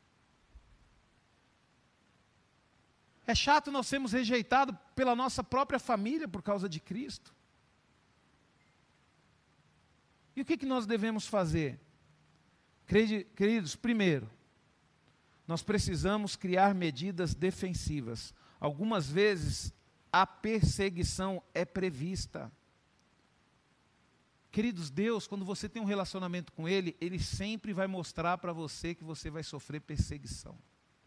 É chato nós sermos rejeitados pela nossa própria família por causa de Cristo. E o que, que nós devemos fazer? Queridos, primeiro, nós precisamos criar medidas defensivas. Algumas vezes a perseguição é prevista. Queridos, Deus, quando você tem um relacionamento com Ele, Ele sempre vai mostrar para você que você vai sofrer perseguição.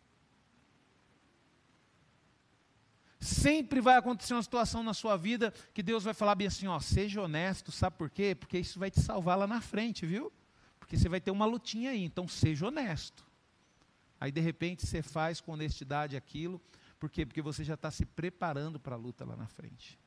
Sempre vai acontecer uma situação na sua vida que Deus vai falar bem assim, ó, seja honesto, sabe por quê? Porque isso vai te salvar lá na frente, viu? Porque você vai ter uma lutinha aí, então seja honesto. Aí de repente você faz com honestidade aquilo, por quê? Porque você já está se preparando para a luta lá na frente.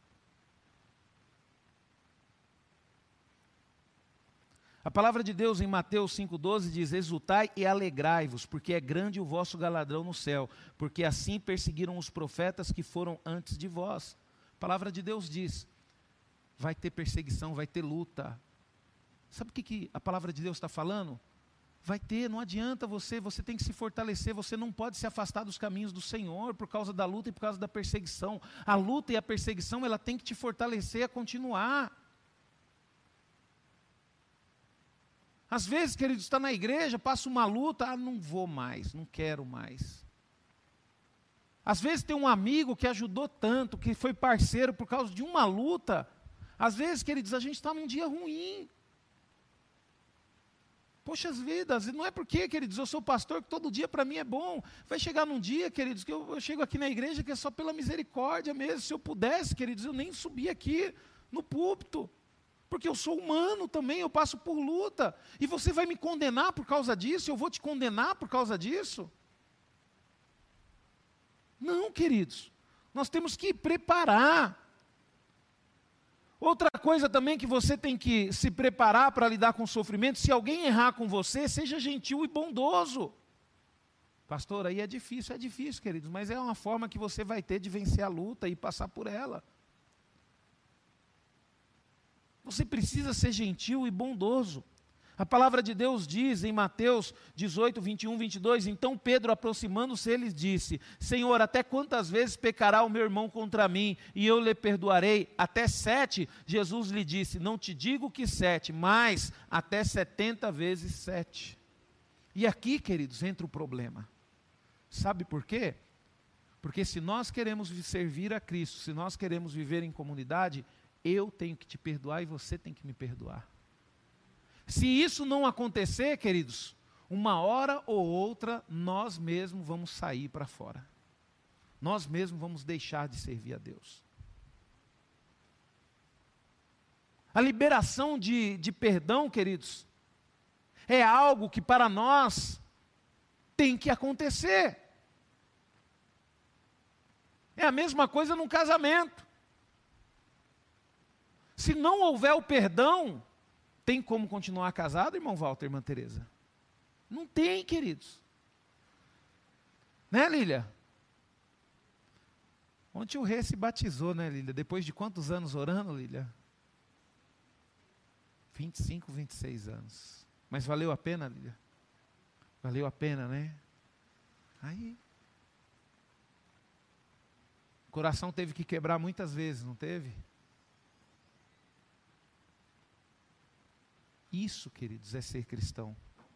A palavra de Deus em Mateus cinco doze diz, exultai e alegrai-vos, porque é grande o vosso galardão no céu, porque assim perseguiram os profetas que foram antes de vós. A palavra de Deus diz, vai ter perseguição, vai ter luta. Sabe o que, que a palavra de Deus está falando? Vai ter, não adianta você, você tem que se fortalecer, você não pode se afastar dos caminhos do Senhor por causa da luta e por causa da perseguição. A luta e a perseguição, ela tem que te fortalecer a continuar. Às vezes, queridos, está na igreja, passa uma luta, ah, não vou mais, não quero mais. Às vezes tem um amigo que ajudou tanto, que foi parceiro por causa de uma luta. Às vezes, queridos, a gente está num dia ruim. Poxa vida, não é porque, queridos, eu sou pastor que todo dia para mim é bom. Vai chegar num dia, queridos, que eu, eu chego aqui na igreja que é só pela misericórdia mesmo. Se eu pudesse, queridos, eu nem subia aqui no púlpito. Porque eu sou humano também, eu passo por luta. E você vai me condenar por causa disso? Eu vou te condenar por causa disso? Não, queridos. Nós temos que preparar. Outra coisa também que você tem que se preparar para lidar com o sofrimento, se alguém errar com você, seja gentil e bondoso. Pastor, aí é difícil, é difícil, queridos, mas é uma forma que você vai ter de vencer a luta e passar por ela. Você precisa ser gentil e bondoso. A palavra de Deus diz em Mateus dezoito, vinte e um, vinte e dois, então Pedro, aproximando-se, ele disse, Senhor, até quantas vezes pecará o meu irmão contra mim, e eu lhe perdoarei? Até sete? Jesus lhe disse, não te digo que sete, mas até setenta vezes sete. E aqui, queridos, entra o problema. Sabe por quê? Porque se nós queremos servir a Cristo, se nós queremos viver em comunidade, eu tenho que te perdoar e você tem que me perdoar. Se isso não acontecer, queridos, uma hora ou outra, nós mesmos vamos sair para fora. Nós mesmos vamos deixar de servir a Deus. A liberação de, de perdão, queridos, é algo que para nós tem que acontecer. É a mesma coisa num casamento. Se não houver o perdão, tem como continuar casado, irmão Walter, irmã Teresa? Não tem, queridos. Né, Lília? Ontem o rei se batizou, né, Lília? Depois de quantos anos orando, Lília? vinte e cinco, vinte e seis anos. Mas valeu a pena, Lília? Valeu a pena, né? Aí. O coração teve que quebrar muitas vezes, não teve? Isso, queridos, é ser cristão.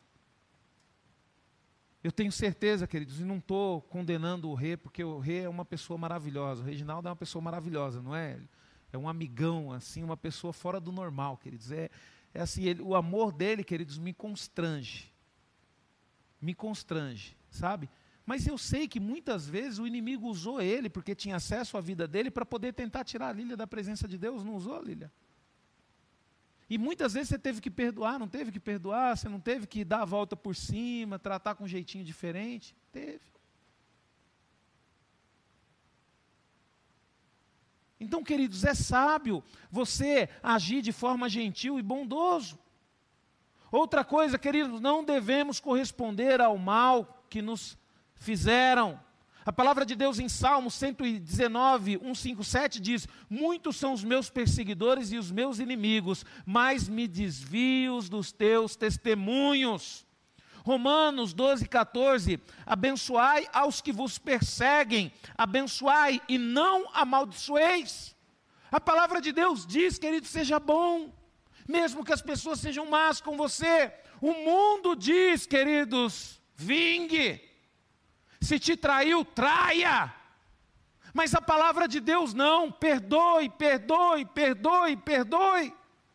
Eu tenho certeza, queridos, e não estou condenando o Rê, porque o Rê é uma pessoa maravilhosa. O Reginaldo é uma pessoa maravilhosa, não é? É um amigão, assim, uma pessoa fora do normal, queridos. É, é assim, ele, o amor dele, queridos, me constrange. Me constrange, sabe? Mas eu sei que muitas vezes o inimigo usou ele, porque tinha acesso à vida dele, para poder tentar tirar a Lília da presença de Deus. Não usou, Lília? E muitas vezes você teve que perdoar, não teve que perdoar, você não teve que dar a volta por cima, tratar com um jeitinho diferente. Teve. Então, queridos, é sábio você agir de forma gentil e bondoso. Outra coisa, queridos, não devemos corresponder ao mal que nos fizeram. A palavra de Deus em Salmo cento e dezenove, cento e cinquenta e sete diz: muitos são os meus perseguidores e os meus inimigos, mas me desvio dos teus testemunhos. Romanos doze, quatorze, abençoai aos que vos perseguem, abençoai e não amaldiçoeis. A palavra de Deus diz, querido, seja bom, mesmo que as pessoas sejam más com você. O mundo diz, queridos, vingue. Se te traiu, traia. Mas a palavra de Deus não, perdoe, perdoe, perdoe, perdoe.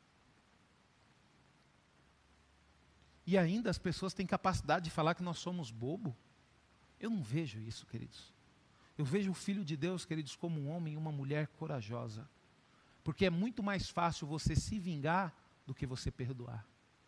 E ainda as pessoas têm capacidade de falar que nós somos bobo. Eu não vejo isso, queridos. Eu vejo o Filho de Deus, queridos, como um homem e uma mulher corajosa. Porque é muito mais fácil você se vingar do que você perdoar.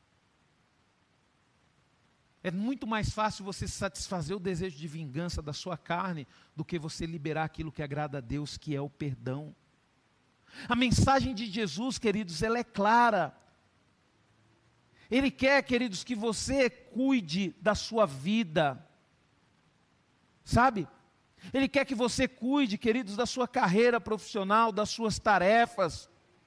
É muito mais fácil você satisfazer o desejo de vingança da sua carne do que você liberar aquilo que agrada a Deus, que é o perdão. A mensagem de Jesus, queridos, ela é clara. Ele quer, queridos, que você cuide da sua vida, sabe? Ele quer que você cuide, queridos, da sua carreira profissional, das suas tarefas.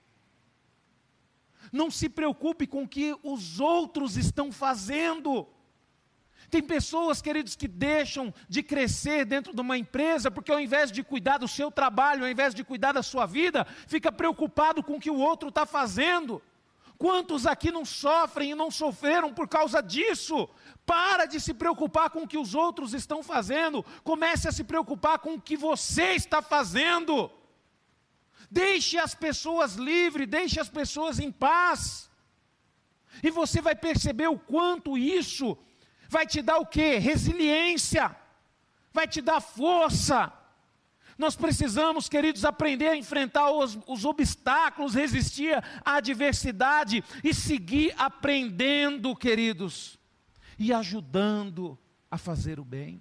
Não se preocupe com o que os outros estão fazendo. Tem pessoas, queridos, que deixam de crescer dentro de uma empresa, porque ao invés de cuidar do seu trabalho, ao invés de cuidar da sua vida, fica preocupado com o que o outro está fazendo. Quantos aqui não sofrem e não sofreram por causa disso? Para de se preocupar com o que os outros estão fazendo, comece a se preocupar com o que você está fazendo. Deixe as pessoas livres, deixe as pessoas em paz. E você vai perceber o quanto isso vai te dar o quê? Resiliência, vai te dar força. Nós precisamos, queridos, aprender a enfrentar os, os obstáculos, resistir à adversidade e seguir aprendendo, queridos, e ajudando a fazer o bem.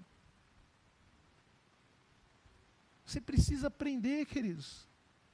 Você precisa aprender, queridos.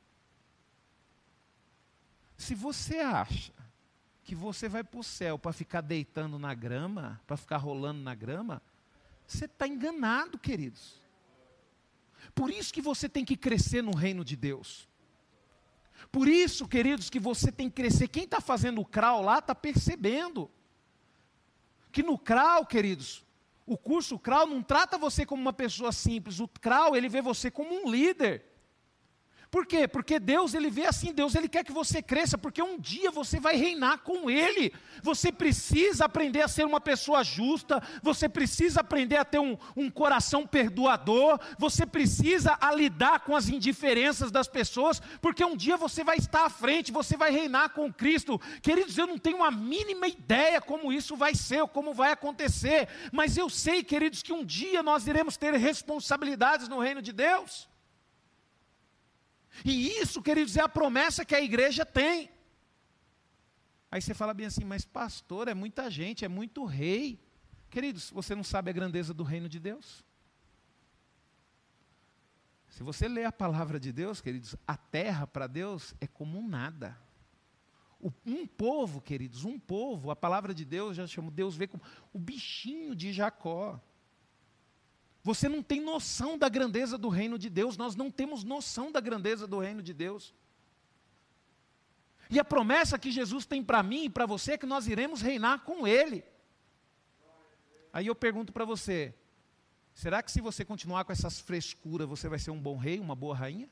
Se você acha que você vai para o céu para ficar deitando na grama, para ficar rolando na grama, você está enganado, queridos. Por isso que você tem que crescer no reino de Deus. Por isso, queridos, que você tem que crescer. Quem está fazendo o crawl lá está percebendo que no crawl, queridos, o curso crawl não trata você como uma pessoa simples. O crawl, ele vê você como um líder. Por quê? Porque Deus, Ele vê assim, Deus, Ele quer que você cresça, porque um dia você vai reinar com Ele. Você precisa aprender a ser uma pessoa justa, você precisa aprender a ter um, um coração perdoador, você precisa a lidar com as indiferenças das pessoas, porque um dia você vai estar à frente, você vai reinar com Cristo. Queridos, eu não tenho a mínima ideia como isso vai ser, como vai acontecer, mas eu sei, queridos, que um dia nós iremos ter responsabilidades no reino de Deus. E isso, queridos, é a promessa que a igreja tem. Aí você fala bem assim, mas pastor, é muita gente, é muito rei. Queridos, você não sabe a grandeza do reino de Deus? Se você ler a palavra de Deus, queridos, a terra para Deus é como um nada. O, um povo, queridos, um povo, a palavra de Deus já chama, Deus vê como o bichinho de Jacó. Você não tem noção da grandeza do reino de Deus, nós não temos noção da grandeza do reino de Deus. E a promessa que Jesus tem para mim e para você é que nós iremos reinar com Ele. Aí eu pergunto para você, será que se você continuar com essas frescuras, você vai ser um bom rei, uma boa rainha?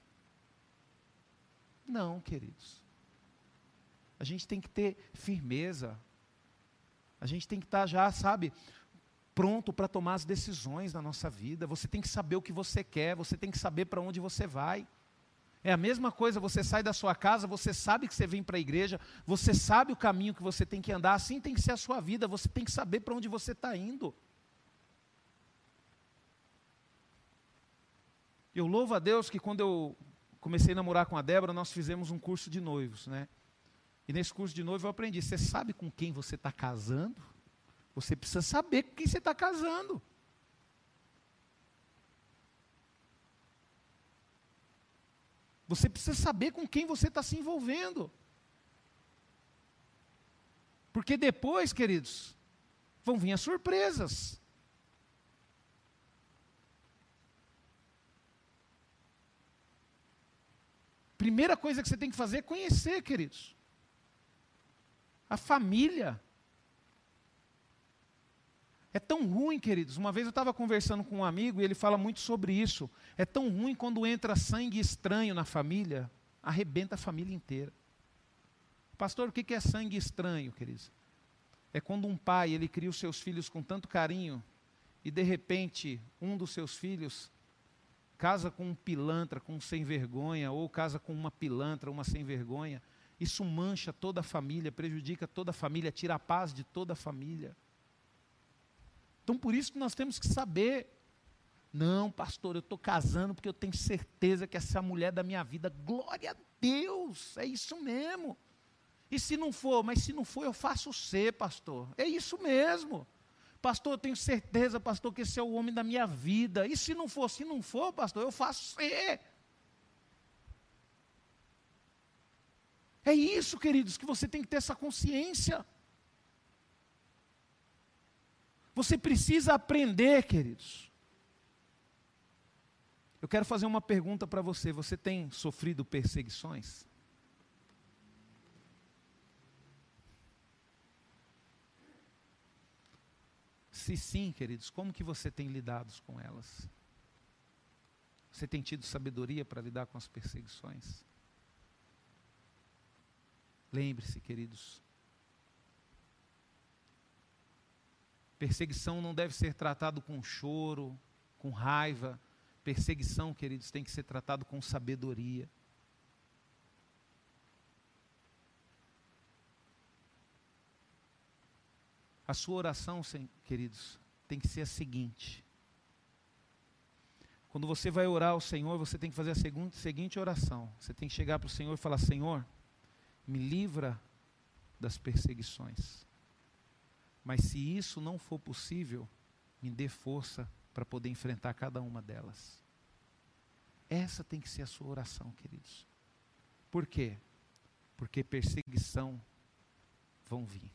Não, queridos. A gente tem que ter firmeza. A gente tem que estar já, sabe, pronto para tomar as decisões na nossa vida. Você tem que saber o que você quer, você tem que saber para onde você vai. É a mesma coisa, você sai da sua casa, você sabe que você vem para a igreja, você sabe o caminho que você tem que andar, assim tem que ser a sua vida, você tem que saber para onde você está indo. Eu louvo a Deus que quando eu comecei a namorar com a Débora, nós fizemos um curso de noivos, né? E nesse curso de noivo eu aprendi, você sabe com quem você está casando? Você precisa saber com quem você está casando. Você precisa saber com quem você está se envolvendo. Porque depois, queridos, vão vir as surpresas. Primeira coisa que você tem que fazer é conhecer, queridos. A família. É tão ruim, queridos. Uma vez eu estava conversando com um amigo e ele fala muito sobre isso. É tão ruim quando entra sangue estranho na família, arrebenta a família inteira. Pastor, o que é sangue estranho, queridos? É quando um pai, ele cria os seus filhos com tanto carinho e de repente um dos seus filhos casa com um pilantra, com um sem vergonha, ou casa com uma pilantra, uma sem vergonha. Isso mancha toda a família, prejudica toda a família, tira a paz de toda a família. Então, por isso que nós temos que saber, não, pastor, eu estou casando porque eu tenho certeza que essa mulher da minha vida, glória a Deus, é isso mesmo. E se não for, mas se não for, eu faço ser, pastor, é isso mesmo. Pastor, eu tenho certeza, pastor, que esse é o homem da minha vida. E se não for, se não for, pastor, eu faço ser. É isso, queridos, que você tem que ter essa consciência. Você precisa aprender, queridos. Eu quero fazer uma pergunta para você. Você tem sofrido perseguições? Se sim, queridos, como que você tem lidado com elas? Você tem tido sabedoria para lidar com as perseguições? Lembre-se, queridos, perseguição não deve ser tratado com choro, com raiva. Perseguição, queridos, tem que ser tratado com sabedoria. A sua oração, queridos, tem que ser a seguinte. Quando você vai orar ao Senhor, você tem que fazer a seguinte, seguinte oração. Você tem que chegar para o Senhor e falar, Senhor, me livra das perseguições. Mas se isso não for possível, me dê força para poder enfrentar cada uma delas. Essa tem que ser a sua oração, queridos. Por quê? Porque perseguição vão vir.